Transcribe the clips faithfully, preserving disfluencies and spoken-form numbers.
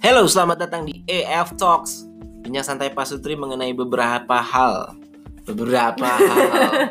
Halo, selamat datang di A F Talks. Bincang santai Pak Sutri mengenai beberapa hal. Beberapa hal.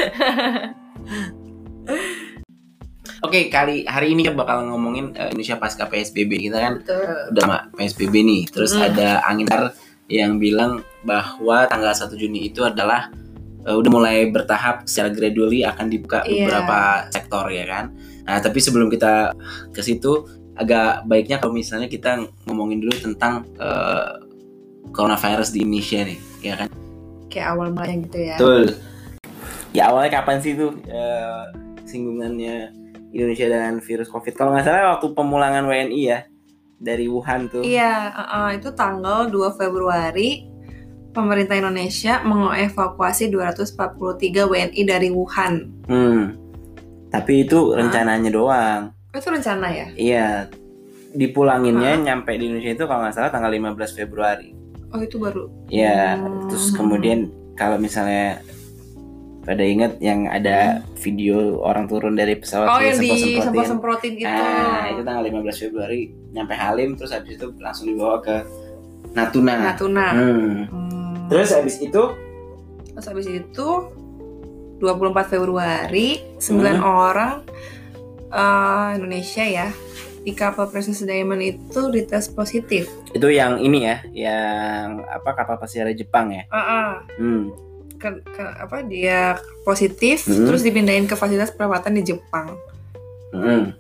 Oke, kali hari ini kita bakal ngomongin uh, Indonesia pasca P S B B. Kita kan Betul. udah sama P S B B nih. Terus Hmm. ada angin tar yang bilang bahwa tanggal satu Juni itu adalah uh, udah mulai bertahap secara gradually akan dibuka Iya. beberapa sektor ya kan. Nah, tapi sebelum kita ke situ, agak baiknya kalau misalnya kita ngomongin dulu tentang uh, coronavirus di Indonesia nih, ya kan? Kayak awal mulanya gitu ya. Betul. Ya awalnya kapan sih tuh uh, singgungannya Indonesia dengan virus COVID? Kalau nggak salah waktu pemulangan W N I ya dari Wuhan tuh. Iya, uh, uh, itu tanggal dua Februari pemerintah Indonesia mengevakuasi dua ratus empat puluh tiga W N I dari Wuhan. Hmm. Tapi itu rencananya doang. Itu rencana ya? Iya. Dipulanginnya Hah? nyampe di Indonesia itu kalau nggak salah tanggal lima belas Februari. Oh, itu baru. Ya, Hmm. terus kemudian kalau misalnya pada ingat yang ada video orang turun dari pesawat Oh, kayak yang di semprot-semprotin. semprot-semprotin itu. Nah, itu tanggal lima belas Februari nyampe Halim, terus habis itu langsung dibawa ke Natuna. Natuna. Hmm. Hmm. Terus habis itu Terus habis itu dua puluh empat Februari sembilan Hmm. orang uh, Indonesia ya di kapal Princess Diamond itu dites positif. itu yang ini ya, yang apa kapal pesiar Jepang ya. Uh -uh. Hmm. Ke, ke, apa dia positif Hmm. terus dipindahin ke fasilitas perawatan di Jepang. Hmm.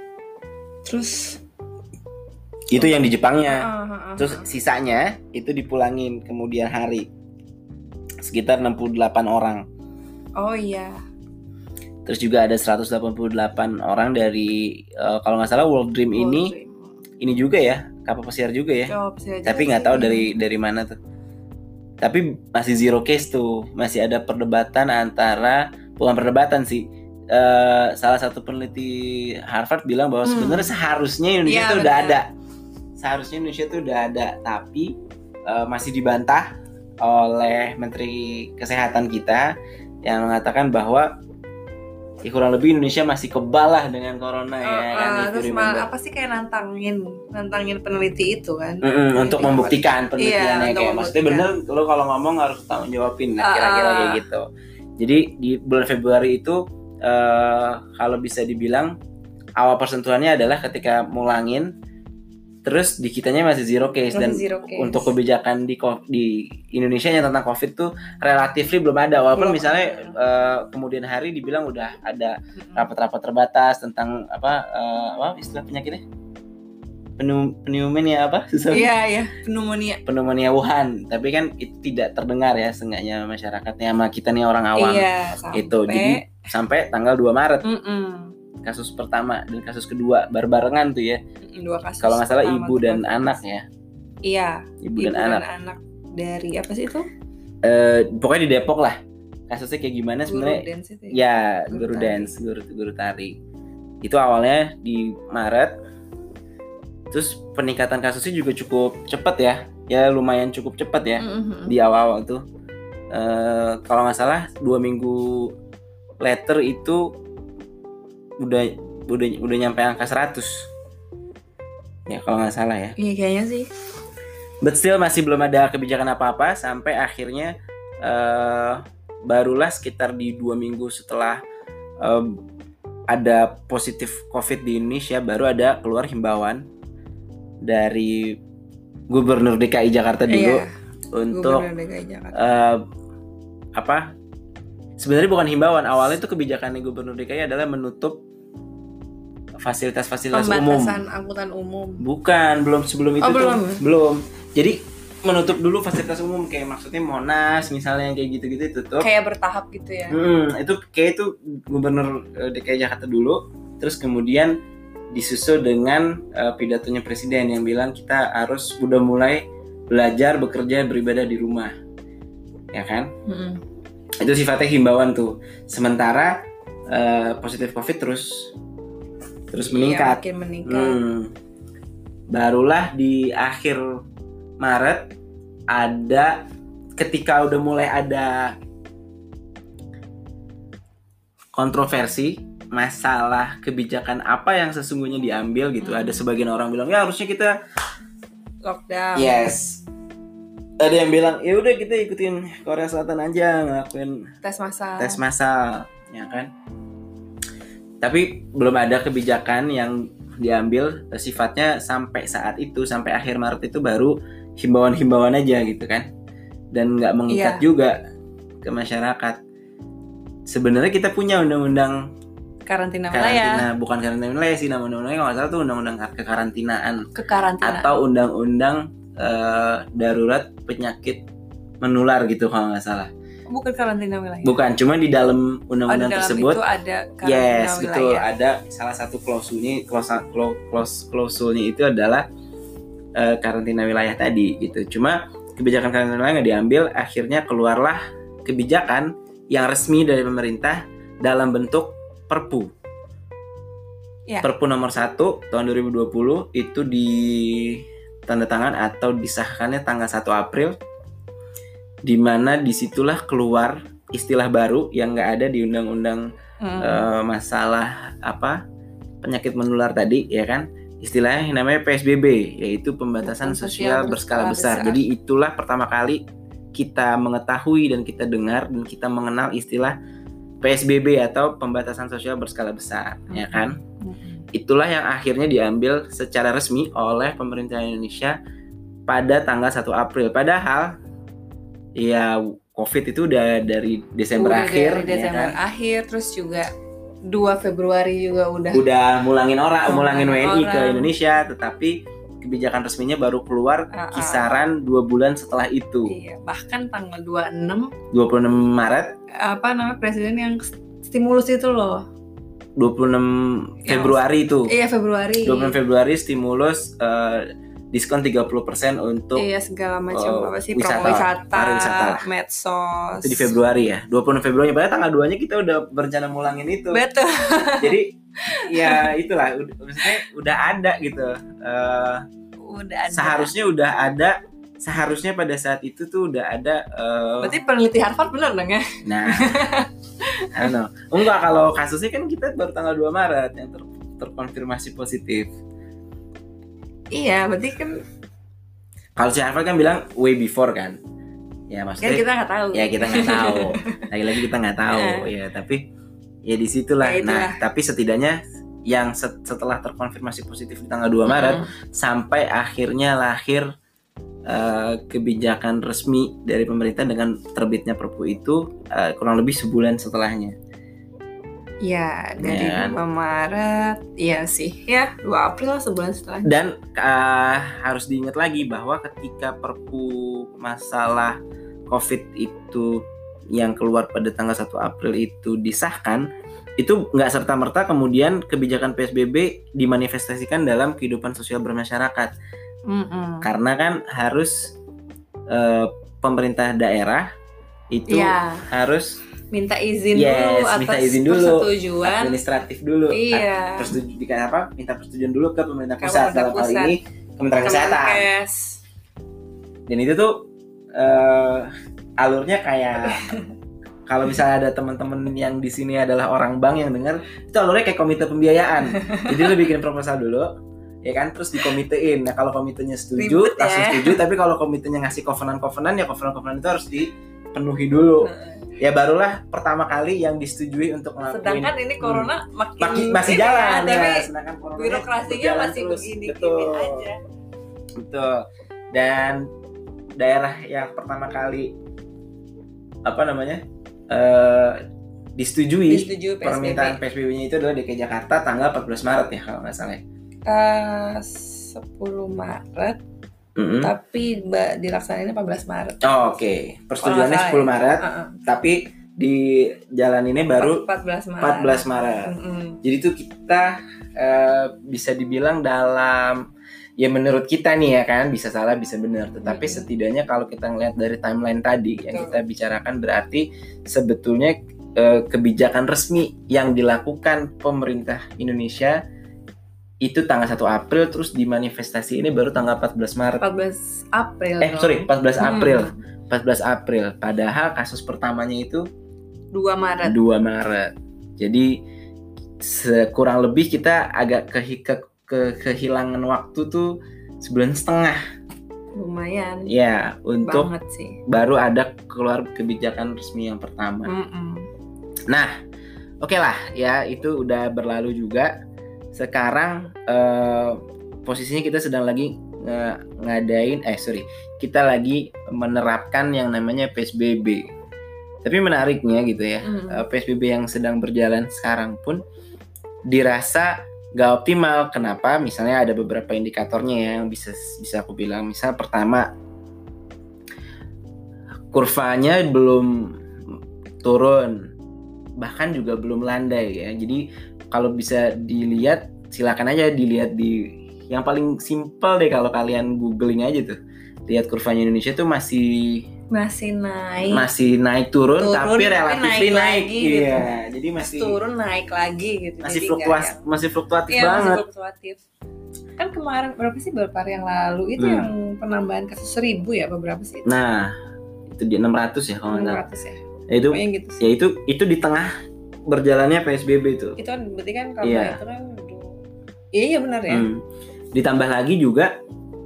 Terus Itu yang di Jepangnya. uh, uh, uh, Terus sisanya itu dipulangin kemudian hari. Sekitar enam puluh delapan orang. oh iya. Terus juga ada seratus delapan puluh delapan orang dari uh, kalau nggak salah World Dream ini World Dream. ini juga ya, kapal pesiar juga ya. Oh, pesiar juga Tapi nggak sih. tahu dari dari mana tuh. Tapi masih zero case tuh, masih ada perdebatan antara, bukan perdebatan sih. Uh, salah satu peneliti Harvard bilang bahwa Hmm. sebenarnya seharusnya Indonesia Iya, tuh udah benar. ada, seharusnya Indonesia tuh udah ada, tapi uh, masih dibantah oleh Menteri Kesehatan kita yang mengatakan bahwa ya kurang lebih Indonesia masih kebal lah dengan corona ya Uh, kan. uh, If you terus remember. malah apa sih kayak nantangin nantangin peneliti itu kan. Mm-mm, untuk Peneliti membuktikan Harvard. penelitiannya Iya, kayak untuk maksudnya bener lo kalau ngomong harus tanggung jawabin lah, kira-kira Ah, kayak ah. gitu. Jadi di bulan Februari itu eh, kalau bisa dibilang awal persentuhannya adalah ketika mulangin, terus di kitanya masih zero case. Masih Dan zero case. untuk kebijakan di ko- di Indonesia yang tentang COVID tuh relatifly belum ada, walaupun Belum misalnya ada. eh, kemudian hari dibilang udah ada Mm-mm. rapat-rapat terbatas tentang apa eh, apa istilah penyakitnya, Pneu- pneumonia apa susah Iya iya pneumonia. pneumonia Wuhan, tapi kan itu tidak terdengar ya seenggaknya masyarakatnya sama kita nih orang awam. Iya sampai. Itu jadi sampai tanggal dua Maret Mm-mm. kasus pertama dan kasus kedua bar-barengan tuh ya. Mm-mm, dua kasus. Kalau nggak salah pertama ibu tuh dan COVID. anak ya. Iya. Ibu, dan anak. anak dari apa sih itu? Eh, pokoknya di Depok lah. Kasusnya kayak gimana Guru sebenarnya? dance itu. Ya, Guru guru tari. dance, guru guru tari. Itu awalnya di Maret. Terus peningkatan kasusnya juga cukup cepat ya. Ya lumayan cukup cepat ya. Mm-mm. Di awal-awal tuh eh kalau nggak salah dua minggu later itu udah udah udah nyampe angka seratus ya kalau nggak salah ya. Iya kayaknya sih. But still masih belum ada kebijakan apa-apa sampai akhirnya eh barulah sekitar di dua minggu setelah eh, ada positif COVID di Indonesia baru ada keluar himbauan dari Gubernur D K I Jakarta dulu Iya. untuk Gubernur D K I Jakarta. eh, apa sebenarnya bukan himbauan, awalnya itu kebijakannya Gubernur D K I adalah menutup fasilitas-fasilitas umum. Pembatasan angkutan umum. Bukan, belum sebelum itu Oh, tuh belum. belum. Jadi menutup dulu fasilitas umum kayak maksudnya Monas misalnya kayak gitu-gitu tutup. Kayak bertahap gitu ya. Hmm, itu kayak itu Gubernur eh, D K I Jakarta dulu, terus kemudian disusul dengan eh, pidatonya Presiden yang bilang kita harus udah mulai belajar, bekerja, beribadah di rumah, ya kan? Mm-mm. Itu sifatnya himbauan tuh. Sementara eh, positif COVID terus terus meningkat. Iya, makin meningkat. Hmm. Barulah di akhir Maret ada ketika udah mulai ada kontroversi masalah kebijakan apa yang sesungguhnya diambil gitu. Ada sebagian orang bilang ya harusnya kita lockdown. Yes. Ada yang bilang, ya udah kita ikutin Korea Selatan aja ngelakuin tes massal. Tes massal, ya kan? Tapi belum ada kebijakan yang diambil sifatnya sampai saat itu, sampai akhir Maret itu baru himbauan-himbauan aja gitu kan. Dan nggak mengikat yeah. juga ke masyarakat. Sebenarnya kita punya undang-undang karantina wilayah. Bukan karantina wilayah sih, nama undang-undangnya kalau nggak salah tuh undang-undang kekarantinaan. Kekarantinaan. Atau undang-undang uh, darurat penyakit menular gitu kalau nggak salah. Bukan karantina wilayah. Bukan, cuma di dalam undang-undang oh, tersebut itu ada karantina yes, wilayah. betul, ada salah satu klausulnya, klaus klausulnya itu adalah uh, karantina wilayah tadi gitu. Cuma kebijakan karantina wilayah nggak diambil, akhirnya keluarlah kebijakan yang resmi dari pemerintah dalam bentuk Perpu. Ya. Perpu nomor satu tahun dua ribu dua puluh itu ditandatangan atau disahkannya tanggal satu April, di mana disitulah keluar istilah baru yang nggak ada di undang-undang hmm. uh, masalah apa penyakit menular tadi, ya kan? Istilahnya yang namanya P S B B, yaitu pembatasan sosial, sosial berskala besar. besar. Jadi itulah pertama kali kita mengetahui dan kita dengar dan kita mengenal istilah P S B B atau pembatasan sosial berskala besar, hmm. ya kan? Hmm. Itulah yang akhirnya diambil secara resmi oleh pemerintah Indonesia pada tanggal satu April. Padahal ya COVID itu udah dari Desember udah akhir, dari Desember ya kan? akhir, terus juga dua Februari juga udah udah mulangin orang, oh, mulangin W N I orang. Ke Indonesia, tetapi kebijakan resminya baru keluar uh-uh. kisaran dua bulan setelah itu. Iya, bahkan tanggal dua puluh enam Maret apa nama presiden yang stimulus itu loh. dua puluh enam Februari itu. Iya, Februari. dua puluh enam Februari stimulus uh, diskon tiga puluh persen untuk iya segala macam uh, apa sih wisata, promo wisata, wisata medsos. Itu di Februari ya. dua puluh enam Februari, padahal tanggal dua-nya kita udah berencana mulangin itu. Betul. Jadi ya itulah udah, maksudnya udah ada gitu. Uh, udah ada. Seharusnya udah ada seharusnya pada saat itu tuh udah ada uh, berarti peneliti Harvard benar dong ya? Nah. I don't know. Enggak, kalau kasusnya kan kita baru tanggal dua Maret yang ter- terkonfirmasi positif. Iya, berarti kan kalau si Harvard kan bilang way before kan. Ya maksudnya kan kita nggak tahu. Ya kita nggak tahu. Lagi-lagi kita nggak tahu. Ya tapi ya disitulah. Ya, nah tapi setidaknya yang set- setelah terkonfirmasi positif di tanggal dua Maret mm-hmm. sampai akhirnya lahir uh, kebijakan resmi dari pemerintah dengan terbitnya Perpu itu uh, kurang lebih sebulan setelahnya. Ya, dari ya. dua Maret, iya sih, ya dua April sebulan setelah. Dan uh, harus diingat lagi bahwa ketika Perpu masalah COVID itu yang keluar pada tanggal satu April itu disahkan, itu nggak serta-merta kemudian kebijakan P S B B dimanifestasikan dalam kehidupan sosial bermasyarakat. Mm-mm. Karena kan harus uh, pemerintah daerah itu ya. harus minta izin yes, dulu atas minta izin dulu, persetujuan administratif dulu, iya. persetujuan apa? Minta persetujuan dulu ke pemerintah pusat dalam hal ini Kementerian Kesehatan. Dan itu tuh uh, alurnya kayak kalau misalnya ada teman-teman yang di sini adalah orang bank yang dengar, itu alurnya kayak komite pembiayaan. Jadi lo bikin proposal dulu, ya kan, terus dikomitein. Nah kalau komitenya setuju, Ribut, langsung ya. setuju. Tapi kalau komitenya ngasih covenant-covenant, ya covenant-covenant itu harus dipenuhi dulu. Ya barulah pertama kali yang disetujui untuk ngelakuin. Sedangkan ini corona hmm, makin, makin masih jalan ya, ya, sedangkan corona birokrasinya masih begini-gini aja. Betul. Dan daerah yang pertama kali apa namanya uh, disetujui, disetujui permintaan P S B B-nya itu adalah D K I Jakarta tanggal empat belas Maret ya kalau nggak salah. Uh, sepuluh Maret. Mm-hmm. Tapi ba- dilaksanainnya empat belas Maret. Oh, oke. Okay. Persetujuannya sepuluh Maret, ya? uh-uh. tapi di jalan ini baru empat belas Maret. empat belas Maret. Mm-hmm. Jadi itu kita uh, bisa dibilang dalam, ya menurut kita nih ya kan, bisa salah bisa benar, tetapi mm-hmm. setidaknya kalau kita ngelihat dari timeline tadi Betul. yang kita bicarakan, berarti sebetulnya uh, kebijakan resmi yang dilakukan pemerintah Indonesia itu tanggal satu April, terus dimanifestasi ini baru tanggal empat belas Maret. empat belas April. Eh, dong. sorry, empat belas April. Hmm. empat belas April. Padahal kasus pertamanya itu dua Maret. dua Maret. Jadi kurang lebih kita agak ke, ke, ke kehilangan waktu tuh sebulan setengah. lumayan. Ya, untuk banget sih. Baru ada keluar kebijakan resmi yang pertama. Mm-mm. Nah, oke okay lah ya, itu udah berlalu juga. Sekarang eh, posisinya kita sedang lagi ng- ngadain, eh sorry, kita lagi menerapkan yang namanya P S B B. Tapi menariknya gitu ya, Mm. eh, P S B B yang sedang berjalan sekarang pun dirasa gak optimal. Kenapa? Misalnya ada beberapa indikatornya yang bisa bisa aku bilang. Misal pertama, kurvanya belum turun, bahkan juga belum landai ya. Jadi kalau bisa dilihat, silakan aja dilihat di yang paling simpel deh, kalau kalian googling aja tuh, lihat kurvanya Indonesia tuh masih masih naik masih naik turun, turun tapi relatif naik, naik. Lagi, iya gitu. Jadi masih turun naik lagi gitu, masih jadi fluktuas yang... masih fluktuatif iya, banget. masih fluktuatif. Kan kemarin berapa sih, beberapa hari yang lalu itu hmm. yang penambahan kasus seribu ya, beberapa sih itu? Nah itu di enam ratus ya kalau enam ratus ya, ya itu gitu ya itu itu di tengah berjalannya P S B B itu. Itu kan berarti kan kalau iya. itu kan iya iya benar ya. Hmm. Ditambah lagi juga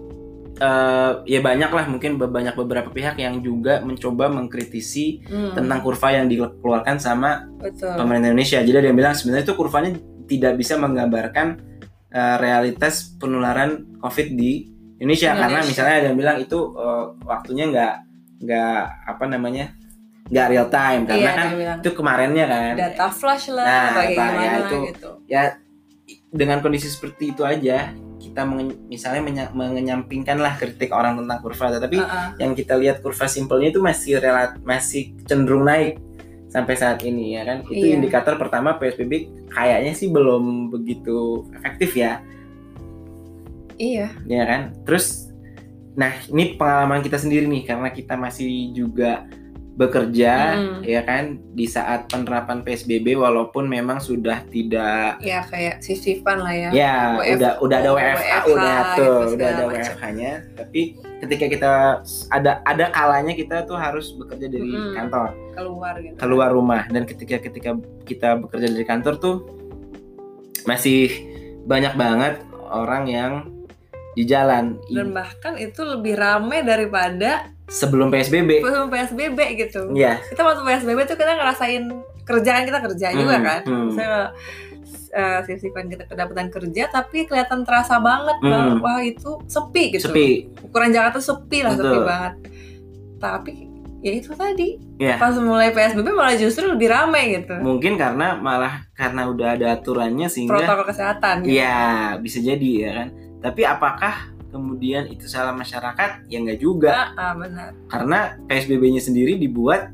uh, ya banyak lah, mungkin banyak beberapa pihak yang juga mencoba mengkritisi hmm. tentang kurva yang dikeluarkan sama Betul. pemerintah Indonesia. Jadi dia bilang sebenarnya itu kurvanya tidak bisa menggambarkan uh, realitas penularan COVID di Indonesia, Indonesia. Karena misalnya ada yang bilang itu uh, waktunya nggak nggak apa namanya nggak real time, karena iya, kan itu kemarinnya kan data flash lah, nah, bagaimana ya, itu, gitu. Ya dengan kondisi seperti itu aja kita menge- misalnya menya- mengenyampingkan lah kritik orang tentang kurva, tapi uh-uh. yang kita lihat kurva simpelnya itu masih relat masih cenderung naik sampai saat ini ya kan. Itu iya. indikator pertama P S B B kayaknya sih belum begitu efektif ya. Iya. Ya kan. Terus nah ini pengalaman kita sendiri nih, karena kita masih juga bekerja hmm. ya kan di saat penerapan P S B B, walaupun memang sudah tidak ya kayak sisifan lah ya. Ya, W F, udah udah ada W F H, W F H udah tuh, gitu, udah ada W F H-nya, tapi ketika kita ada ada kalanya kita tuh harus bekerja dari hmm. kantor, keluar gitu. Keluar rumah, dan ketika ketika kita bekerja dari kantor tuh masih banyak banget orang yang di jalan. Dan bahkan itu lebih ramai daripada sebelum P S B B. Sebelum P S B B gitu. Iya. Kita waktu P S B B tuh kita ngerasain kerjaan kita kerja hmm, juga kan. Hmm. Saya uh, sisifan kita kedapatan kerja, tapi kelihatan terasa banget hmm. bahwa wah itu sepi gitu. Sepi. Ukuran Jakarta sepi lah, Betul. sepi banget. Tapi ya itu tadi. Yeah. Pas mulai P S B B malah justru lebih ramai gitu. Mungkin karena malah karena udah ada aturannya sehingga protokol kesehatan. Iya, gitu. Bisa jadi ya kan. Tapi apakah kemudian itu salah masyarakat? Ya enggak juga. Ah, ah, benar. Karena P S B B-nya sendiri dibuat,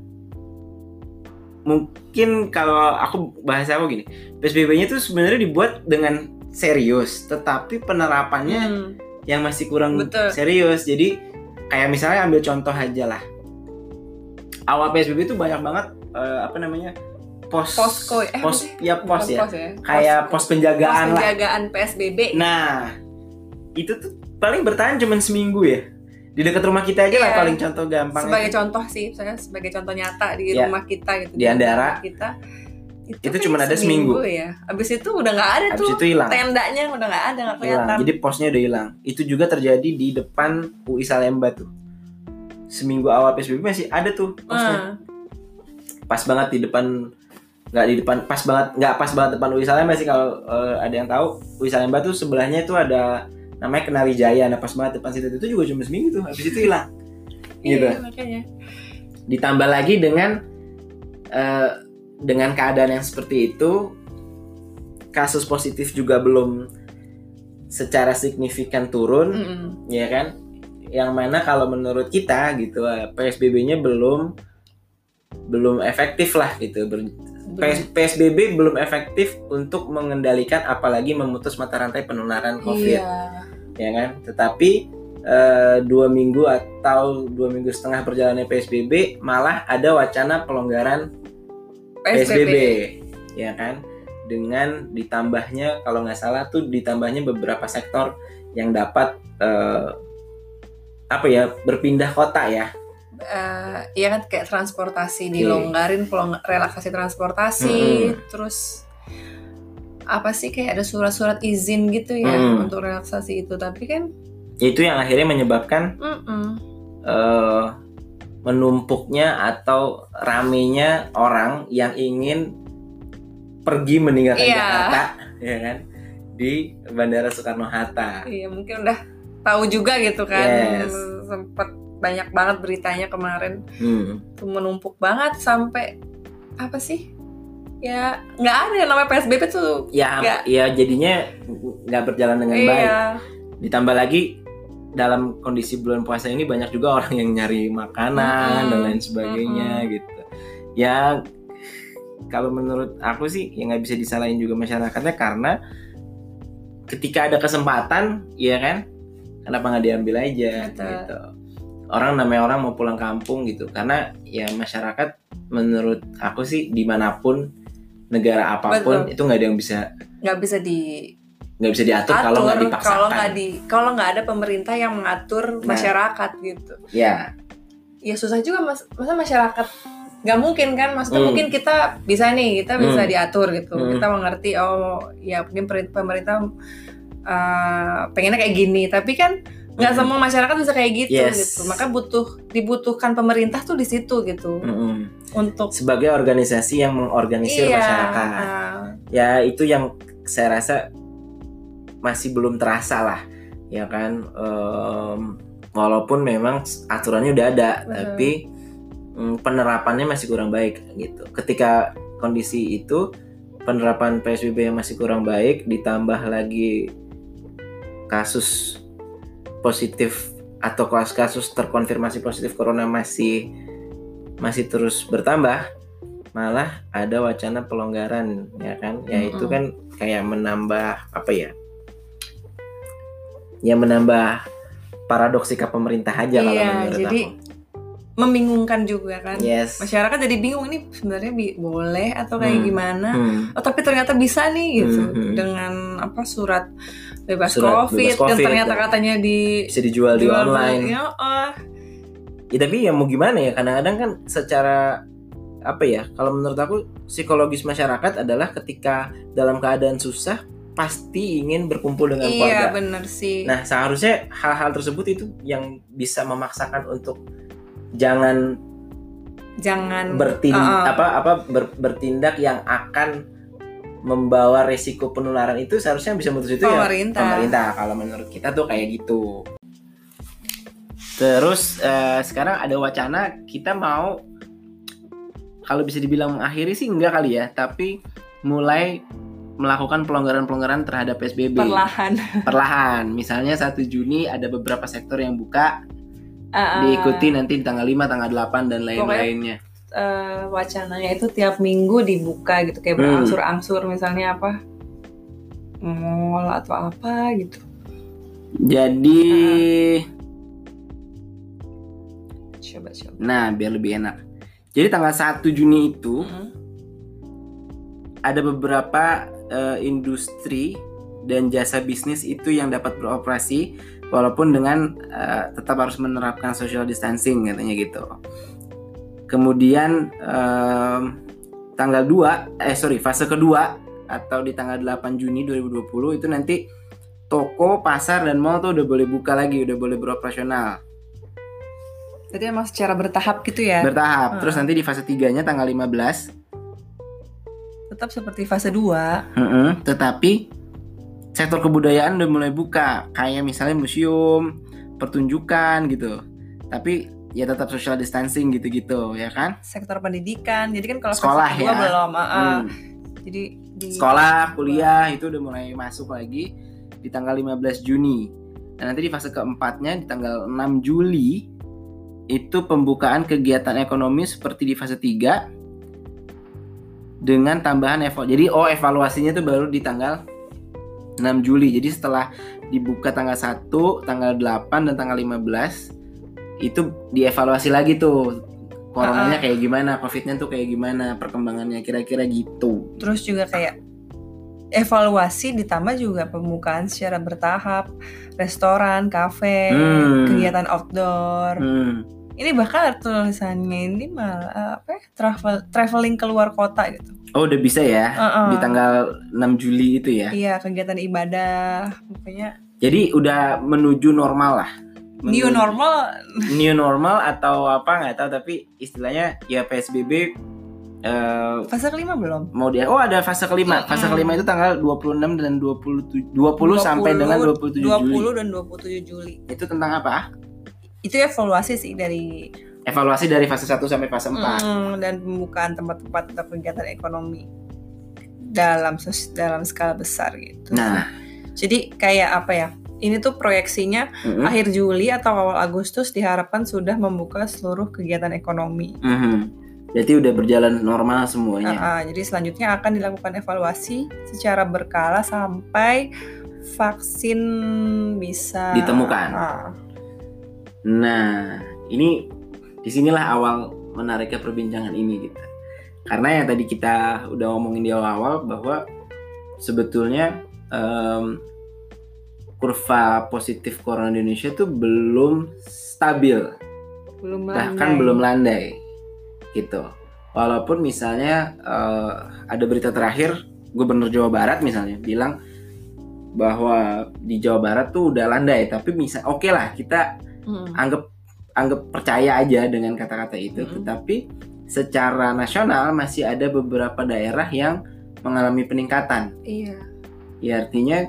mungkin kalau aku bahasa apa gini, P S B B-nya itu sebenarnya dibuat dengan serius, tetapi penerapannya hmm. yang masih kurang Betul. serius. Jadi kayak misalnya ambil contoh aja lah. Awal P S B B itu banyak banget uh, apa namanya? pos posko eh, pos ya pos ya. Pos ya. Kayak pos penjagaan pos penjagaan lah. P S B B. Nah, itu tuh paling bertahan cuma seminggu ya. Di dekat rumah kita aja yeah. lah paling contoh gampang. Sebagai itu. contoh sih, saya sebagai contoh nyata di yeah. rumah kita gitu. Di Andara kita. Itu, itu cuma ada seminggu. seminggu ya. Abis itu udah nggak ada Abis tuh. Itu hilang. Tendanya udah nggak ada, nggak kelihatan. Jadi posnya udah hilang. Itu juga terjadi di depan U I Salemba tuh. Seminggu awal P S B B masih ada tuh posnya. Hmm. Pas banget di depan. Nggak di depan, pas banget, nggak pas banget depan U I Salemba sih kalau uh, ada yang tahu. U I Salemba tuh sebelahnya tuh ada namanya Kenari Jaya, nah pas banget depan situ itu juga cuma seminggu tuh, habis itu hilang. Gitu. Iya, makanya. Ditambah lagi dengan uh, dengan keadaan yang seperti itu, kasus positif juga belum secara signifikan turun, mm-hmm. ya kan? Yang mana kalau menurut kita gitu, P S B B-nya belum belum efektif lah gitu. Ber- P S B B belum efektif untuk mengendalikan apalagi memutus mata rantai penularan COVID, iya. ya kan? Tetapi uh, dua minggu atau dua minggu setengah berjalannya P S B B malah ada wacana pelonggaran P S B B, P S B B ya kan? Dengan ditambahnya kalau nggak salah tuh ditambahnya beberapa sektor yang dapat uh, apa ya berpindah kota ya. Uh, ya kan kayak transportasi dilonggarin, pelong- relaksasi transportasi, mm-hmm. terus apa sih kayak ada surat-surat izin gitu ya mm. untuk relaksasi itu, tapi kan Itu yang akhirnya menyebabkan uh, menumpuknya atau ramenya orang yang ingin pergi meninggalkan yeah. Jakarta, ya kan, di Bandara Soekarno-Hatta. Iya, mungkin udah tahu juga gitu kan. Yes. Sempat banyak banget beritanya kemarin. Hmm. Tuh menumpuk banget sampai apa sih? Ya nggak ada yang namanya P S B B tuh. Ya, gak. ya jadinya nggak berjalan dengan iya. baik. Ditambah lagi dalam kondisi bulan puasa ini banyak juga orang yang nyari makanan hmm. dan lain sebagainya hmm. gitu. Ya kalau menurut aku sih ya nggak bisa disalahin juga masyarakatnya, karena ketika ada kesempatan, ya kan, kenapa nggak diambil aja? Betul. Gitu. Orang namanya orang mau pulang kampung gitu, karena ya masyarakat menurut aku sih dimanapun negara apapun Betul. Itu nggak ada yang bisa nggak bisa di nggak bisa diatur Atur, kalau nggak dipaksakan. Kalau nggak di kalau nggak ada pemerintah yang mengatur nah, masyarakat gitu. Ya. Ya susah juga mas, masa masyarakat nggak mungkin kan, maksudnya hmm. mungkin kita bisa nih, kita bisa hmm. diatur gitu, hmm. kita mengerti oh ya mungkin pemerintah uh, pengennya kayak gini, tapi kan nggak hmm. semua masyarakat bisa kayak gitu yes. gitu, maka butuh dibutuhkan pemerintah tuh di situ gitu hmm. untuk sebagai organisasi yang mengorganisir iya, masyarakat, uh, ya itu yang saya rasa masih belum terasa lah, ya kan, um, walaupun memang aturannya udah ada, uh. tapi penerapannya masih kurang baik gitu. Ketika kondisi itu penerapan P S B B yang masih kurang baik, ditambah lagi kasus positif atau kasus terkonfirmasi positif corona masih masih terus bertambah, malah ada wacana pelonggaran, ya kan? Ya mm-hmm. itu kan kayak menambah apa ya? Ya menambah paradoks sikap pemerintah aja iya, kalau menurut jadi... aku. Membingungkan juga kan, yes. masyarakat jadi bingung ini sebenarnya bi- boleh atau kayak hmm. gimana, hmm. oh tapi ternyata bisa nih gitu, hmm. dengan apa surat bebas surat COVID, bebas COVID yang ternyata ya. Katanya di bisa dijual di online, ya, uh. ya tapi ya mau gimana ya, kadang-kadang kan secara apa ya, kalau menurut aku psikologis masyarakat adalah ketika dalam keadaan susah pasti ingin berkumpul dengan iya, keluarga. Iya benar sih. Nah seharusnya hal-hal tersebut itu yang bisa memaksakan untuk jangan jangan bertindak uh-uh. apa apa ber, bertindak yang akan membawa resiko penularan, itu seharusnya bisa memutus itu pemerintah. ya pemerintah. Kalau menurut kita tuh kayak gitu. Terus uh, sekarang ada wacana kita mau, kalau bisa dibilang mengakhiri sih enggak kali ya, tapi mulai melakukan pelonggaran-pelonggaran terhadap P S B B perlahan. Perlahan. Misalnya satu Juni ada beberapa sektor yang buka. Uh, diikuti nanti di tanggal lima, tanggal delapan dan lain-lainnya. Uh, wacananya itu tiap minggu dibuka gitu, kayak berangsur-angsur, misalnya apa mall atau apa gitu. Jadi coba-coba. Uh, nah, biar lebih enak. Jadi tanggal satu Juni itu uh-huh. ada beberapa uh, industri dan jasa bisnis itu yang dapat beroperasi walaupun dengan uh, tetap harus menerapkan social distancing katanya gitu. Kemudian um, tanggal dua eh sorry fase kedua atau di tanggal delapan Juni dua ribu dua puluh itu nanti toko, pasar dan mall tuh udah boleh buka lagi, udah boleh beroperasional. Jadi emang secara bertahap gitu ya? Bertahap. Hmm. Terus nanti di fase tiga-nya tanggal lima belas tetap seperti fase dua. Uh-uh, tetapi sektor kebudayaan udah mulai buka, kayak misalnya museum, pertunjukan gitu. Tapi ya tetap social distancing gitu-gitu, ya kan? Sektor pendidikan, jadi kan kalau sekolah fase kedua ya. belum. Uh, hmm. Jadi di sekolah, kuliah itu udah mulai masuk lagi di tanggal lima belas Juni. Dan nanti di fase keempatnya di tanggal enam Juli itu pembukaan kegiatan ekonomi seperti di fase tiga dengan tambahan evaluasi. Jadi oh evaluasinya itu baru di tanggal enam Juli. Jadi setelah dibuka tanggal satu, tanggal delapan dan tanggal lima belas itu dievaluasi lagi tuh coronanya kayak gimana, covidnya tuh kayak gimana, perkembangannya kira-kira gitu. Terus juga kayak evaluasi ditambah juga pembukaan secara bertahap restoran, kafe, hmm. kegiatan outdoor. Hmm. Ini bahkan tulisannya ini malah apa ya, travel traveling keluar kota gitu. Oh udah bisa ya uh-uh. di tanggal enam Juli itu ya? Iya, kegiatan ibadah pokoknya. Jadi udah menuju normal lah. New normal. New normal atau apa nggak tahu, tapi istilahnya ya P S B B uh, fase kelima belum? Mau dia oh ada fase kelima. Fase kelima itu tanggal dua puluh enam dan dua puluh tujuh, dua puluh sampai dengan dua puluh tujuh dua puluh Juli. dua puluh dan dua puluh tujuh Juli. Itu tentang apa? Itu evaluasi sih dari evaluasi dari fase satu sampai fase empat. Hmm, dan pembukaan tempat-tempat atau kegiatan ekonomi dalam dalam skala besar gitu. Nah, jadi kayak apa ya? Ini tuh proyeksinya mm-hmm. akhir Juli atau awal Agustus diharapkan sudah membuka seluruh kegiatan ekonomi. Mm-hmm. Jadi udah berjalan normal semuanya. Uh-uh, jadi selanjutnya akan dilakukan evaluasi secara berkala sampai vaksin bisa ditemukan. Uh. Nah, ini disinilah awal menariknya perbincangan ini gitu. Karena yang tadi kita udah ngomongin di awal-awal bahwa sebetulnya um, kurva positif corona di Indonesia tuh belum stabil, belum bahkan landai. belum landai gitu. Walaupun misalnya uh, ada berita terakhir Gubernur Jawa Barat misalnya bilang bahwa di Jawa Barat tuh udah landai, tapi misal oke okay lah kita hmm. anggap anggap percaya aja dengan kata-kata itu, hmm. tetapi secara nasional masih ada beberapa daerah yang mengalami peningkatan. Iya. Ya artinya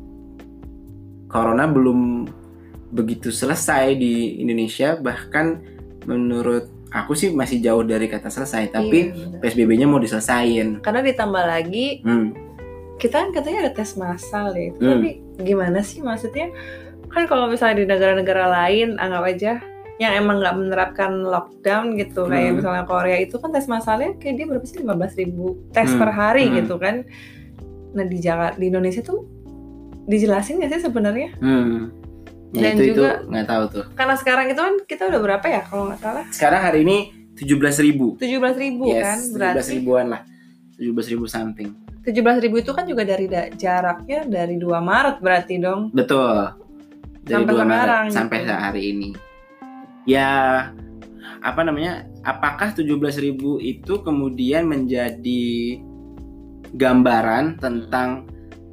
corona belum begitu selesai di Indonesia, bahkan menurut aku sih masih jauh dari kata selesai, tapi iya, P S B B-nya mau diselesain. Karena ditambah lagi, hmm. kita kan katanya ada tes massal ya, hmm. tapi gimana sih maksudnya? Kan kalau misalnya di negara-negara lain, anggap aja yang emang nggak menerapkan lockdown gitu, hmm. kayak misalnya Korea itu kan tes massalnya kayak dia berapa sih lima belas ribu tes hmm. per hari hmm. gitu kan. Nah di Jakarta, di Indonesia tuh dijelasin nggak sih sebenarnya? Hmm. Ya, Dan itu, juga nggak tahu tuh. Karena sekarang itu kan kita udah berapa ya kalau nggak salah? Sekarang hari ini tujuh belas ribu. tujuh belas ribu yes, kan? Berarti tujuh belas ribuan lah. tujuh belas ribu something. tujuh belas ribu itu kan juga dari da- jaraknya dari dua Maret berarti dong. Betul. Dari sampai dua sekarang Maret sampai gitu. hari ini. Ya apa namanya? Apakah tujuh belas ribu itu kemudian menjadi gambaran tentang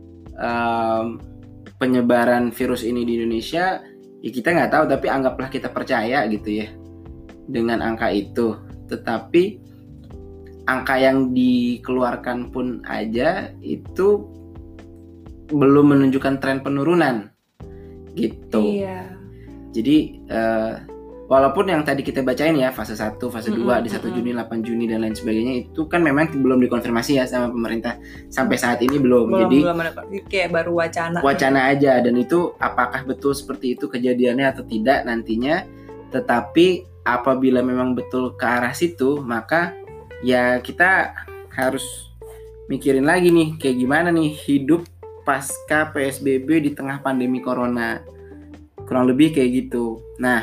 um, penyebaran virus ini di Indonesia? Ya kita nggak tahu, tapi anggaplah kita percaya gitu ya dengan angka itu. Tetapi angka yang dikeluarkan pun aja itu belum menunjukkan tren penurunan gitu. Iya. Jadi uh, walaupun yang tadi kita bacain ya fase satu, fase dua mm-hmm. di satu Juni, delapan Juni dan lain sebagainya itu kan memang belum dikonfirmasi ya sama pemerintah sampai saat ini belum. belum Jadi belum ada, kayak baru wacana. Wacana aja, dan itu apakah betul seperti itu kejadiannya atau tidak nantinya. Tetapi apabila memang betul ke arah situ, maka ya kita harus mikirin lagi nih kayak gimana nih hidup pasca P S B B di tengah pandemi corona. Kurang lebih kayak gitu. Nah,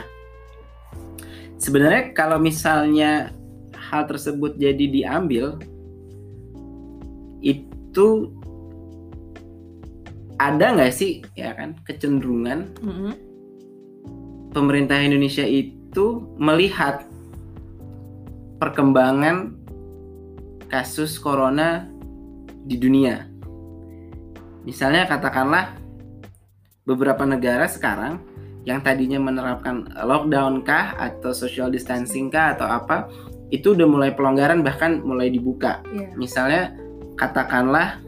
sebenarnya kalau misalnya hal tersebut jadi diambil, itu ada nggak sih ya kan kecenderungan mm-hmm. pemerintah Indonesia itu melihat perkembangan kasus corona di dunia. Misalnya katakanlah beberapa negara sekarang yang tadinya menerapkan lockdown kah atau social distancing kah atau apa, itu udah mulai pelonggaran bahkan mulai dibuka. Yeah. Misalnya katakanlah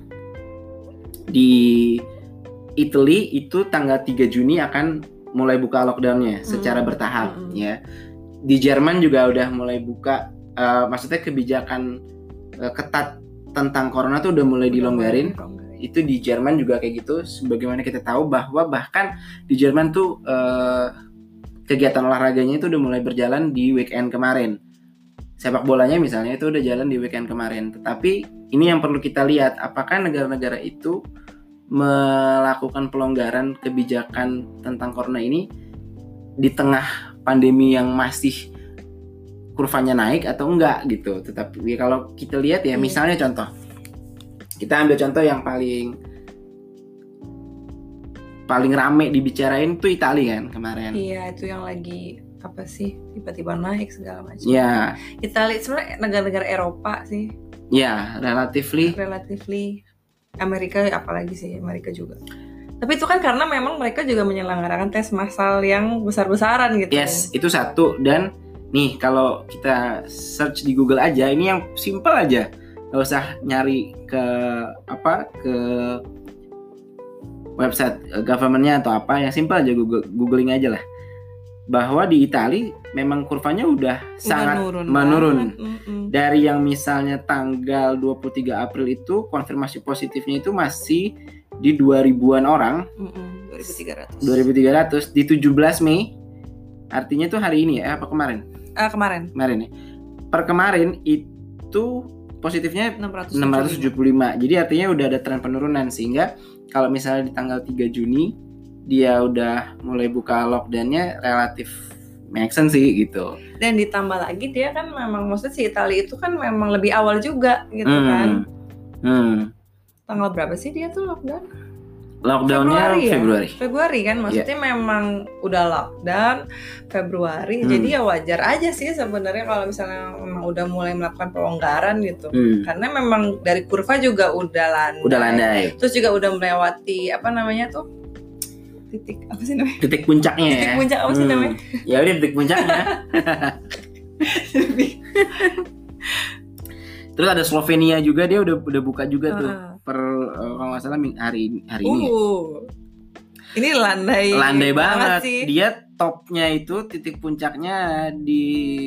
di Italy itu tanggal tiga Juni akan mulai buka lockdownnya secara mm-hmm. bertahap mm-hmm. ya. Di Jerman juga udah mulai buka, uh, maksudnya kebijakan uh, ketat tentang corona tuh udah mulai dilonggarin. Itu di Jerman juga kayak gitu. Sebagaimana kita tahu bahwa bahkan di Jerman tuh uh, kegiatan olahraganya itu udah mulai berjalan di weekend kemarin. Sepak bolanya misalnya itu udah jalan di weekend kemarin. Tetapi ini yang perlu kita lihat, apakah negara-negara itu melakukan pelonggaran kebijakan tentang corona ini di tengah pandemi yang masih kurvanya naik atau enggak gitu. Tetapi kalau kita lihat ya, misalnya contoh, kita ambil contoh yang paling paling rame dibicarain tuh Italia kan kemarin. Iya, itu yang lagi apa sih tiba-tiba naik segala macam. Iya. Italia sebenarnya negara-negara Eropa sih. Iya, relatively. Relatively. Amerika apalagi sih, Amerika juga. Tapi itu kan karena memang mereka juga menyelenggarakan tes massal yang besar-besaran gitu. Yes, itu satu. Dan nih kalau kita search di Google aja, ini yang simple aja, nggak usah nyari ke apa ke website governmentnya atau apa, yang simple aja Google googling aja lah, bahwa di Italia memang kurvanya udah, udah sangat menurun, menurun. Dari yang misalnya tanggal dua puluh tiga April itu konfirmasi positifnya itu masih di dua ribuan orang, dua ribu tiga ratus di tujuh belas Mei, artinya tuh hari ini ya apa kemarin? Uh, kemarin. Kemarin ya. Per kemarin itu positifnya enam ratus tujuh puluh lima. Jadi artinya udah ada tren penurunan, sehingga kalau misalnya di tanggal tiga Juni dia udah mulai buka lockdown-nya relatif make sense sih gitu. Dan ditambah lagi dia kan memang maksudnya si Italia itu kan memang lebih awal juga gitu hmm. kan. Hmm. Tanggal berapa sih dia tuh lockdown? Lockdownnya Februari, ya? Februari. Februari kan, maksudnya yeah. memang udah lockdown Februari, hmm. jadi ya wajar aja sih sebenarnya kalau misalnya memang udah mulai melakukan pelonggaran gitu, hmm. karena memang dari kurva juga udah landai. Udah landai. Terus juga udah melewati apa namanya tuh titik apa sih namanya? Titik puncaknya. Titik puncak apa sih hmm. namanya? Ya udah titik puncaknya. Terus ada Slovenia juga, dia udah udah buka juga uh. tuh per uh, kalau nggak salah hari hari uh. ini. Ya. Ini landai. Landai banget. Sih. Dia topnya itu titik puncaknya di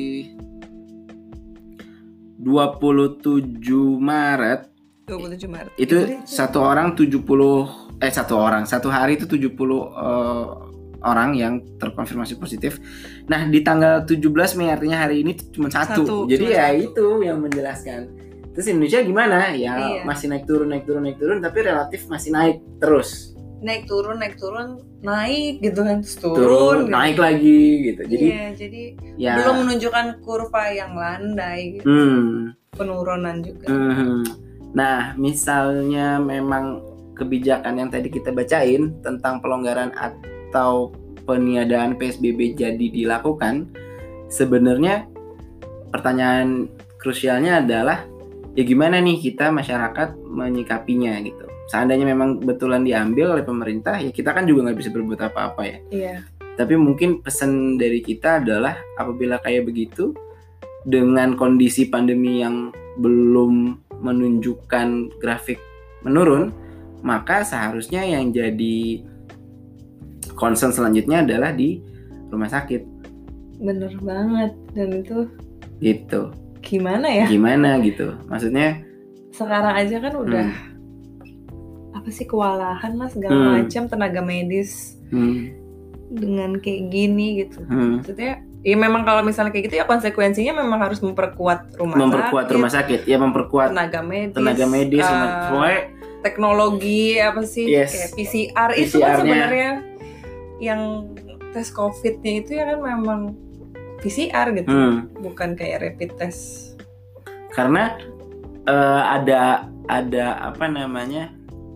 dua puluh tujuh Maret. dua puluh tujuh Maret. Itu ya, satu orang tujuh puluh eh satu orang satu hari itu tujuh puluh uh, orang yang terkonfirmasi positif. Nah, di tanggal tujuh belas Mei artinya hari ini cuma satu. satu Jadi cuma ya satu. Itu yang menjelaskan. Terus Indonesia gimana? Ya iya. masih naik turun naik turun naik turun tapi relatif masih naik terus. Naik turun naik turun naik gitu kan, turun, turun gitu. Naik lagi gitu. Jadi iya, jadi ya, belum menunjukkan kurva yang landai gitu. Hmm. Penurunan juga. Hmm. Nah, misalnya memang kebijakan yang tadi kita bacain tentang pelonggaran atau peniadaan P S B B jadi dilakukan, sebenarnya pertanyaan krusialnya adalah ya gimana nih kita masyarakat menyikapinya gitu. Seandainya memang betulan diambil oleh pemerintah, ya kita kan juga nggak bisa berbuat apa-apa ya. Iya. Tapi mungkin pesan dari kita adalah apabila kayak begitu dengan kondisi pandemi yang belum menunjukkan grafik menurun, maka seharusnya yang jadi concern selanjutnya adalah di rumah sakit. Bener banget. Dan itu gitu. Gimana ya? Gimana gitu. Maksudnya sekarang aja kan udah hmm. apa sih kewalahan lah segala hmm. macam tenaga medis hmm. dengan kayak gini gitu. Hmm. Maksudnya ya memang kalau misalnya kayak gitu ya konsekuensinya memang harus memperkuat rumah memperkuat sakit. rumah sakit. Ya memperkuat tenaga medis. Tenaga medis uh, pokoknya teknologi apa sih yes. kayak P C R P C R-nya. Itu kan sebenarnya yang tes COVID-nya itu ya kan memang P C R gitu, hmm. bukan kayak rapid test. Karena uh, ada ada apa namanya,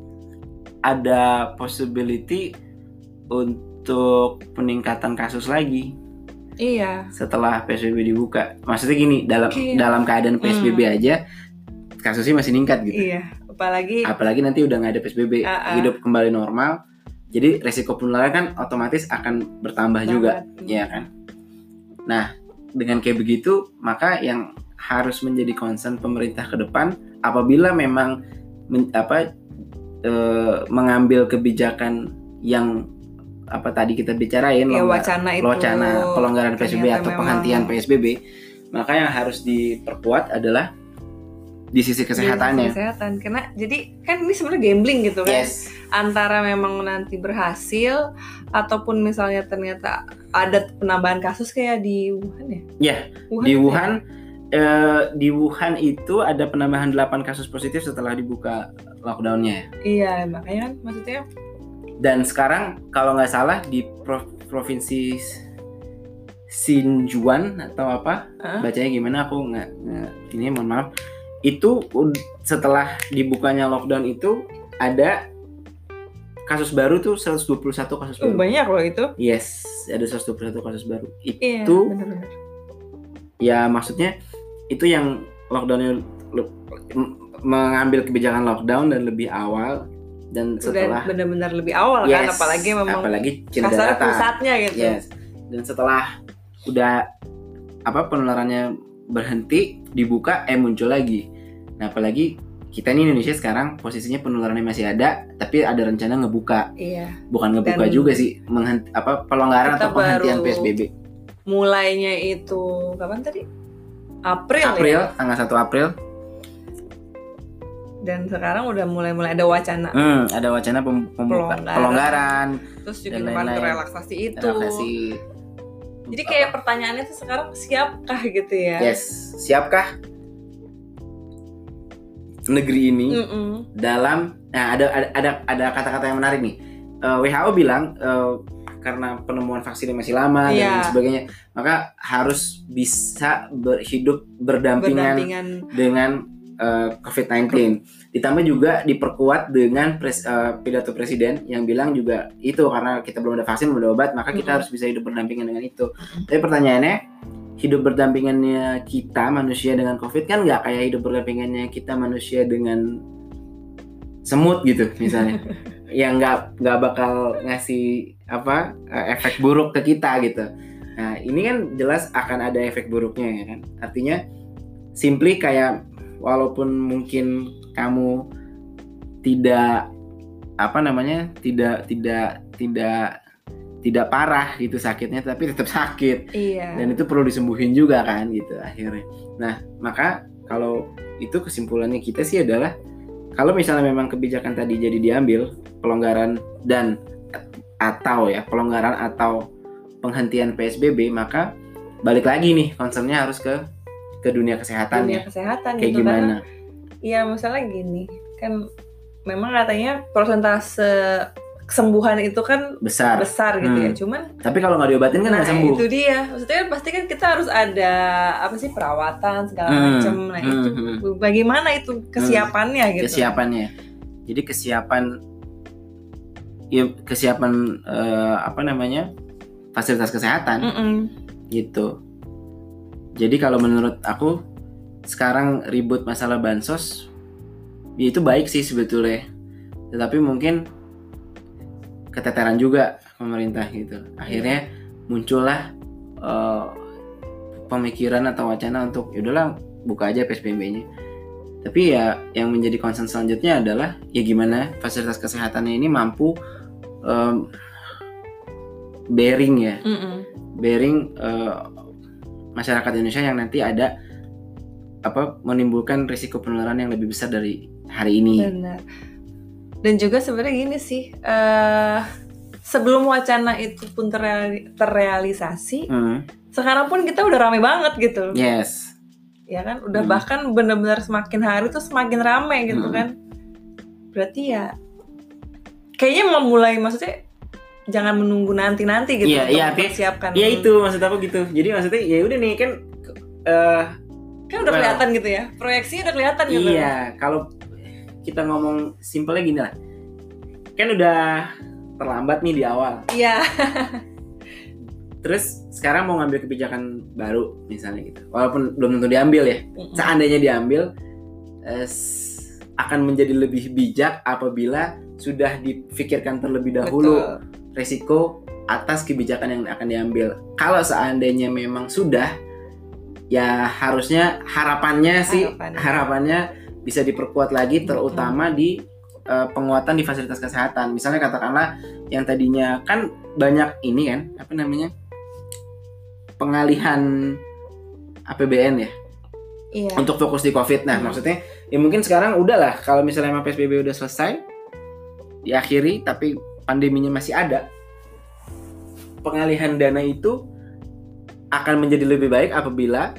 ada possibility untuk peningkatan kasus lagi. Iya. Setelah P S B B dibuka, maksudnya gini, dalam iya. dalam keadaan P S B B hmm. aja kasusnya masih meningkat gitu. Iya. Apalagi apalagi nanti udah nggak ada P S B B, uh-uh. hidup kembali normal. Jadi resiko penularan kan otomatis akan bertambah Banget. juga, ya kan? Nah, dengan kayak begitu, maka yang harus menjadi concern pemerintah ke depan, apabila memang men, apa e, mengambil kebijakan yang apa tadi kita bicarain, ya, wacana itu, wacana pelonggaran P S B B atau penghentian P S B B, maka yang harus diperkuat adalah di sisi kesehatannya. Di sisi kesehatan, karena jadi kan ini sebenarnya gambling gitu kan, yes. antara memang nanti berhasil ataupun misalnya ternyata ada penambahan kasus kayak di Wuhan ya? Ya, Wuhan di Wuhan, ya? eh, di Wuhan itu ada penambahan delapan kasus positif setelah dibuka lockdownnya. Iya, makanya kan maksudnya. Dan sekarang kalau nggak salah di pro- provinsi Sichuan atau apa, uh-huh. bacanya gimana aku nggak, ini mohon maaf. Itu setelah dibukanya lockdown itu ada kasus baru tuh seratus dua puluh satu kasus baru. Oh, banyak loh itu. Yes, ada seratus dua puluh satu kasus baru. Itu iya, benar-benar. Ya maksudnya itu yang lockdownnya mengambil kebijakan lockdown dan lebih awal Dan setelah udah benar-benar lebih awal yes, kan, apalagi memang apalagi Cina kasar daratan. pusatnya gitu. Yes. Dan setelah udah apa penularannya berhenti, dibuka, eh muncul lagi. Nah apalagi kita nih Indonesia sekarang posisinya penularannya masih ada, tapi ada rencana ngebuka. Iya. Bukan ngebuka Dan juga sih, menghenti, apa pelonggaran atau penghentian P S B B. Mulainya itu kapan tadi? April, April ya? tanggal satu April. Dan sekarang udah mulai-mulai ada wacana. Hmm, ada wacana pem- pembuka, pelonggaran. pelonggaran. Terus juga kemarin relaksasi itu. Relaksasi. Jadi kayak pertanyaannya tuh sekarang siapkah gitu ya? Yes, siapkah negeri ini Mm-mm. dalam nah ada ada ada, ada kata-kata yang menarik nih. Uh, W H O bilang uh, karena penemuan vaksin masih lama yeah. dan sebagainya, maka harus bisa berhidup berdampingan, berdampingan. dengan uh, covid sembilan belas. Ditambah juga diperkuat dengan pres, uh, pidato presiden yang bilang juga itu karena kita belum ada vaksin, belum ada obat, maka kita mm-hmm. harus bisa hidup berdampingan dengan itu. Mm-hmm. Tapi pertanyaannya, hidup berdampingannya kita manusia dengan covid kan nggak kayak hidup berdampingannya kita manusia dengan semut gitu misalnya, yang nggak nggak bakal ngasih apa efek buruk ke kita gitu. Nah ini kan jelas akan ada efek buruknya ya kan. Artinya simply kayak walaupun mungkin kamu tidak apa namanya tidak tidak tidak tidak parah gitu sakitnya, tapi tetap sakit. Iya. Dan itu perlu disembuhin juga kan gitu akhirnya. Nah maka kalau itu kesimpulannya kita sih adalah kalau misalnya memang kebijakan tadi jadi diambil pelonggaran dan atau ya pelonggaran atau penghentian P S B B, maka balik lagi nih concernnya harus ke ke dunia kesehatan. Dunia ya. kesehatan kayak gitu, gimana? Iya masalah gini kan memang katanya persentase kesembuhan itu kan besar, besar gitu hmm. ya. Cuman tapi kalau nggak diobatin kan nggak nah, sembuh. Itu dia. Maksudnya pasti kan kita harus ada apa sih perawatan segala hmm. macam. Nah hmm. itu bagaimana itu kesiapannya hmm. gitu. Kesiapannya. Jadi kesiapan ya kesiapan uh, apa namanya fasilitas kesehatan Mm-mm. gitu. Jadi kalau menurut aku sekarang ribut masalah bansos ya itu baik sih sebetulnya, tetapi mungkin keteteran juga pemerintah gitu. Akhirnya muncullah uh, pemikiran atau wacana untuk yaudahlah buka aja P S B B-nya. Tapi ya yang menjadi concern selanjutnya adalah ya gimana fasilitas kesehatannya ini mampu um, bearing ya, Mm-mm. bearing uh, masyarakat Indonesia yang nanti ada apa menimbulkan risiko penularan yang lebih besar dari hari ini. Benar. Dan juga sebenarnya gini sih, uh, sebelum wacana itu pun terreali- terrealisasi, hmm. sekarang pun kita udah rame banget gitu. Yes. Ya kan, udah hmm. bahkan benar-benar semakin hari tuh semakin rame gitu hmm. kan. Berarti ya, kayaknya memulai maksudnya jangan menunggu nanti-nanti gitu yeah, untuk yeah, mempersiapkan. Iya itu maksud aku gitu. Jadi maksudnya ya udah nih kan. Uh, kan udah well, kelihatan gitu ya, proyeksinya udah kelihatan gitu. Iya, kalau kita ngomong simpelnya gini lah, kan udah terlambat nih di awal. Iya. Terus sekarang mau ngambil kebijakan baru misalnya gitu, walaupun belum tentu diambil ya. Mm-hmm. Seandainya diambil, eh, akan menjadi lebih bijak apabila sudah dipikirkan terlebih dahulu Betul. resiko atas kebijakan yang akan diambil. Kalau seandainya memang sudah, ya harusnya harapannya sih harapannya, harapannya bisa diperkuat lagi, terutama hmm. di uh, penguatan di fasilitas kesehatan. Misalnya katakanlah yang tadinya kan banyak ini kan apa namanya pengalihan A P B N ya, iya. untuk fokus di COVID. Nah hmm. maksudnya ya mungkin sekarang udahlah kalau misalnya P S B B udah selesai diakhiri tapi pandeminya masih ada, pengalihan dana itu akan menjadi lebih baik apabila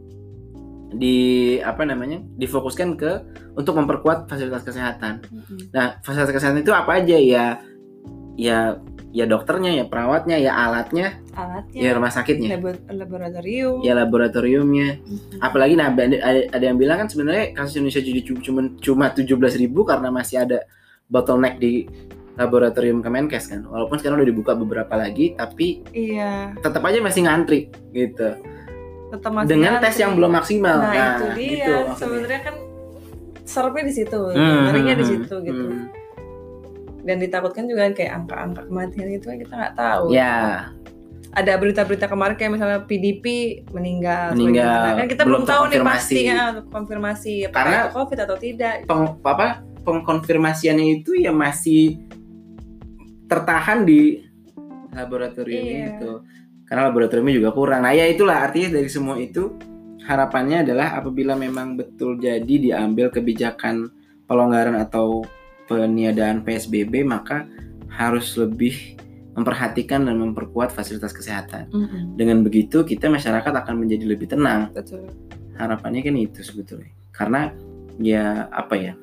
di apa namanya difokuskan ke untuk memperkuat fasilitas kesehatan. Mm-hmm. Nah, fasilitas kesehatan itu apa aja ya? Ya, ya dokternya, ya perawatnya, ya alatnya, alatnya, ya rumah sakitnya, Labo- laboratorium, ya laboratoriumnya. Mm-hmm. Apalagi nah ada, ada yang bilang kan sebenarnya kasus Indonesia jadi cuma cuma tujuh belas ribu karena masih ada bottleneck di laboratorium Kemenkes kan, walaupun sekarang udah dibuka beberapa lagi, tapi iya. tetap aja masih ngantri gitu. Tetap masih dengan ngantri. Tes yang belum maksimal. Nah, nah itu dia. Gitu, sebenarnya kan serapnya di situ, hmm, ngerinya di situ gitu. Hmm. dan ditakutkan juga kayak angka-angka kematian itu kan kita nggak tahu. Ya. Ada berita-berita kemarin kayak misalnya P D P meninggal, meninggal. Kan kita belum, belum tahu nih pasti ya konfirmasi apakah karena itu COVID atau tidak. Peng, apa pengkonfirmasiannya itu ya masih tertahan di laboratorium iya. itu. Karena laboratoriumnya juga kurang. Nah, ya itulah artinya dari semua itu harapannya adalah apabila memang betul jadi diambil kebijakan pelonggaran atau peniadaan P S B B, maka harus lebih memperhatikan dan memperkuat fasilitas kesehatan. Mm-hmm. Dengan begitu kita masyarakat akan menjadi lebih tenang. Betul. Harapannya kan itu sebetulnya. Karena ya apa ya?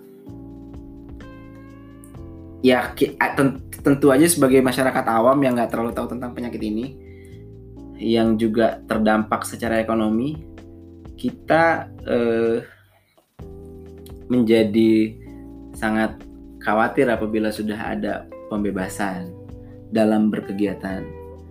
Ya tentu aja sebagai masyarakat awam yang nggak terlalu tahu tentang penyakit ini, yang juga terdampak secara ekonomi, kita eh, menjadi sangat khawatir apabila sudah ada pembebasan dalam berkegiatan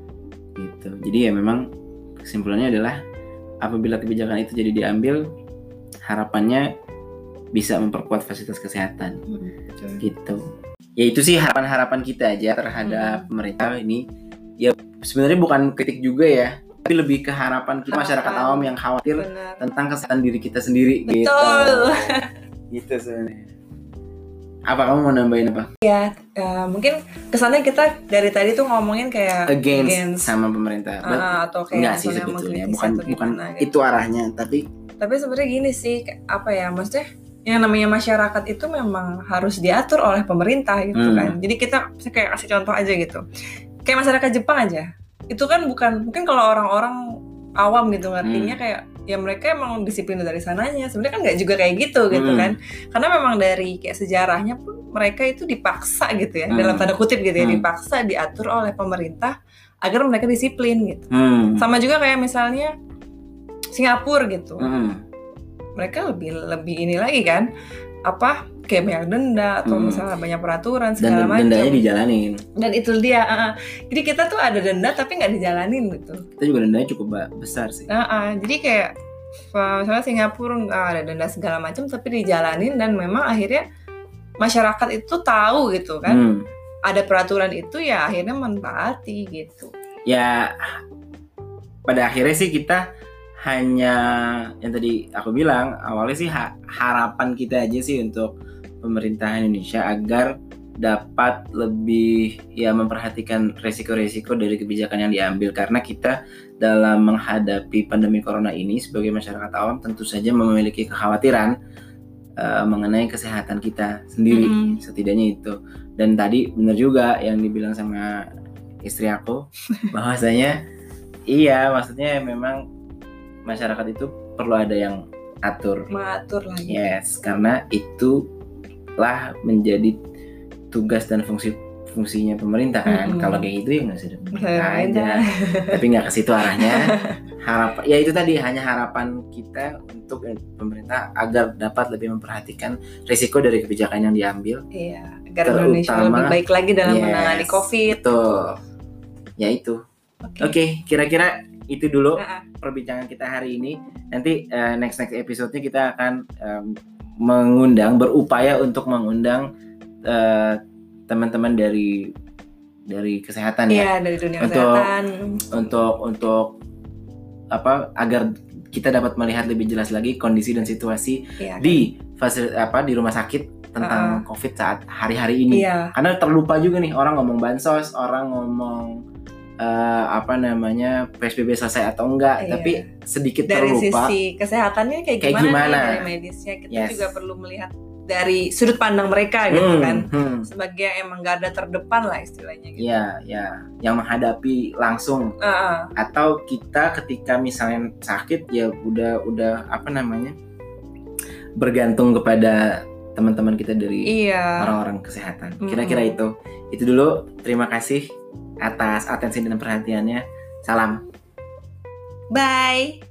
gitu. Jadi ya memang kesimpulannya adalah apabila kebijakan itu jadi diambil, harapannya bisa memperkuat fasilitas kesehatan. Hmm, gitu. Ya itu sih harapan-harapan kita aja terhadap hmm. pemerintah ini. Ya sebenarnya bukan kritik juga ya, tapi lebih ke harapan kita masyarakat awam yang khawatir Benar. tentang kesehatan diri kita sendiri. Betul. Gitu. Gitu sebenarnya. Apa kamu mau nambahin apa? Ya, uh, mungkin kesannya kita dari tadi tuh ngomongin kayak against, against sama pemerintah. Uh, atau kayak enggak sih sebetulnya, bukan bukan gitu. Itu arahnya, tapi tapi sebenarnya gini sih, apa ya, maksudnya yang namanya masyarakat itu memang harus diatur oleh pemerintah gitu hmm. kan. Jadi kita kayak kasih contoh aja gitu. Kayak masyarakat Jepang aja. Itu kan bukan, mungkin kalau orang-orang awam gitu ngertinya hmm. kayak ya mereka emang disiplin dari sananya. Sebenarnya kan nggak juga kayak gitu gitu hmm. kan. Karena memang dari kayak sejarahnya pun mereka itu dipaksa gitu ya, hmm. dalam tanda kutip gitu ya, hmm. dipaksa diatur oleh pemerintah agar mereka disiplin gitu. Hmm. Sama juga kayak misalnya Singapura gitu. Hmm. Mereka lebih lebih ini lagi kan, apa kayak banyak denda atau hmm. misalnya banyak peraturan segala macam. Dan dendanya dijalanin. Dan itu dia. Uh, jadi kita tuh ada denda tapi nggak dijalanin gitu. Kita juga dendanya cukup besar sih. Uh, uh, jadi kayak misalnya Singapura nggak ada denda segala macam tapi dijalanin dan memang akhirnya masyarakat itu tahu gitu kan. Hmm. Ada peraturan itu ya akhirnya mentaati gitu. Ya pada akhirnya sih kita hanya yang tadi aku bilang awalnya sih ha- harapan kita aja sih untuk pemerintah Indonesia agar dapat lebih ya memperhatikan resiko-resiko dari kebijakan yang diambil, karena kita dalam menghadapi pandemi corona ini sebagai masyarakat awam tentu saja memiliki kekhawatiran uh, mengenai kesehatan kita sendiri. Mm-hmm. Setidaknya itu. Dan tadi benar juga yang dibilang sama istri aku bahwasanya iya, maksudnya memang masyarakat itu perlu ada yang atur. Mengatur lagi. Yes, karena itulah menjadi tugas dan fungsi fungsinya pemerintah kan. Hmm. Kalau kayak gitu ya nggak usah pemerintah aja. Tapi nggak ke situ arahnya. Harapan, ya itu tadi hanya harapan kita untuk pemerintah agar dapat lebih memperhatikan risiko dari kebijakan yang diambil. Iya, agar Indonesia lebih baik lagi dalam yes, menangani COVID. Betul. Ya itu. Oke, okay. okay, kira-kira itu dulu uh-uh. perbincangan kita hari ini. Nanti uh, next next episode-nya kita akan um, mengundang, berupaya untuk mengundang uh, teman-teman dari dari kesehatan ya. Iya, dari dunia untuk, kesehatan. Untuk untuk apa agar kita dapat melihat lebih jelas lagi kondisi dan situasi ya, di fasil apa di rumah sakit tentang uh-uh. COVID saat hari-hari ini. Iya. Karena terlupa juga nih, orang ngomong bansos, orang ngomong Uh, apa namanya P S B B selesai atau enggak, iya. tapi sedikit dari terlupa sisi kesehatannya kayak, kayak gimana, gimana? Nih, dari medisnya kita yes. juga perlu melihat dari sudut pandang mereka gitu hmm, kan hmm. sebagai yang emang garda terdepan lah istilahnya gitu. Ya, ya, yang menghadapi langsung uh-uh. atau kita ketika misalnya sakit ya udah udah apa namanya bergantung kepada teman-teman kita dari iya. orang-orang kesehatan. Kira-kira hmm. itu. Itu dulu. Terima kasih atas atensi dan perhatiannya. Salam. Bye.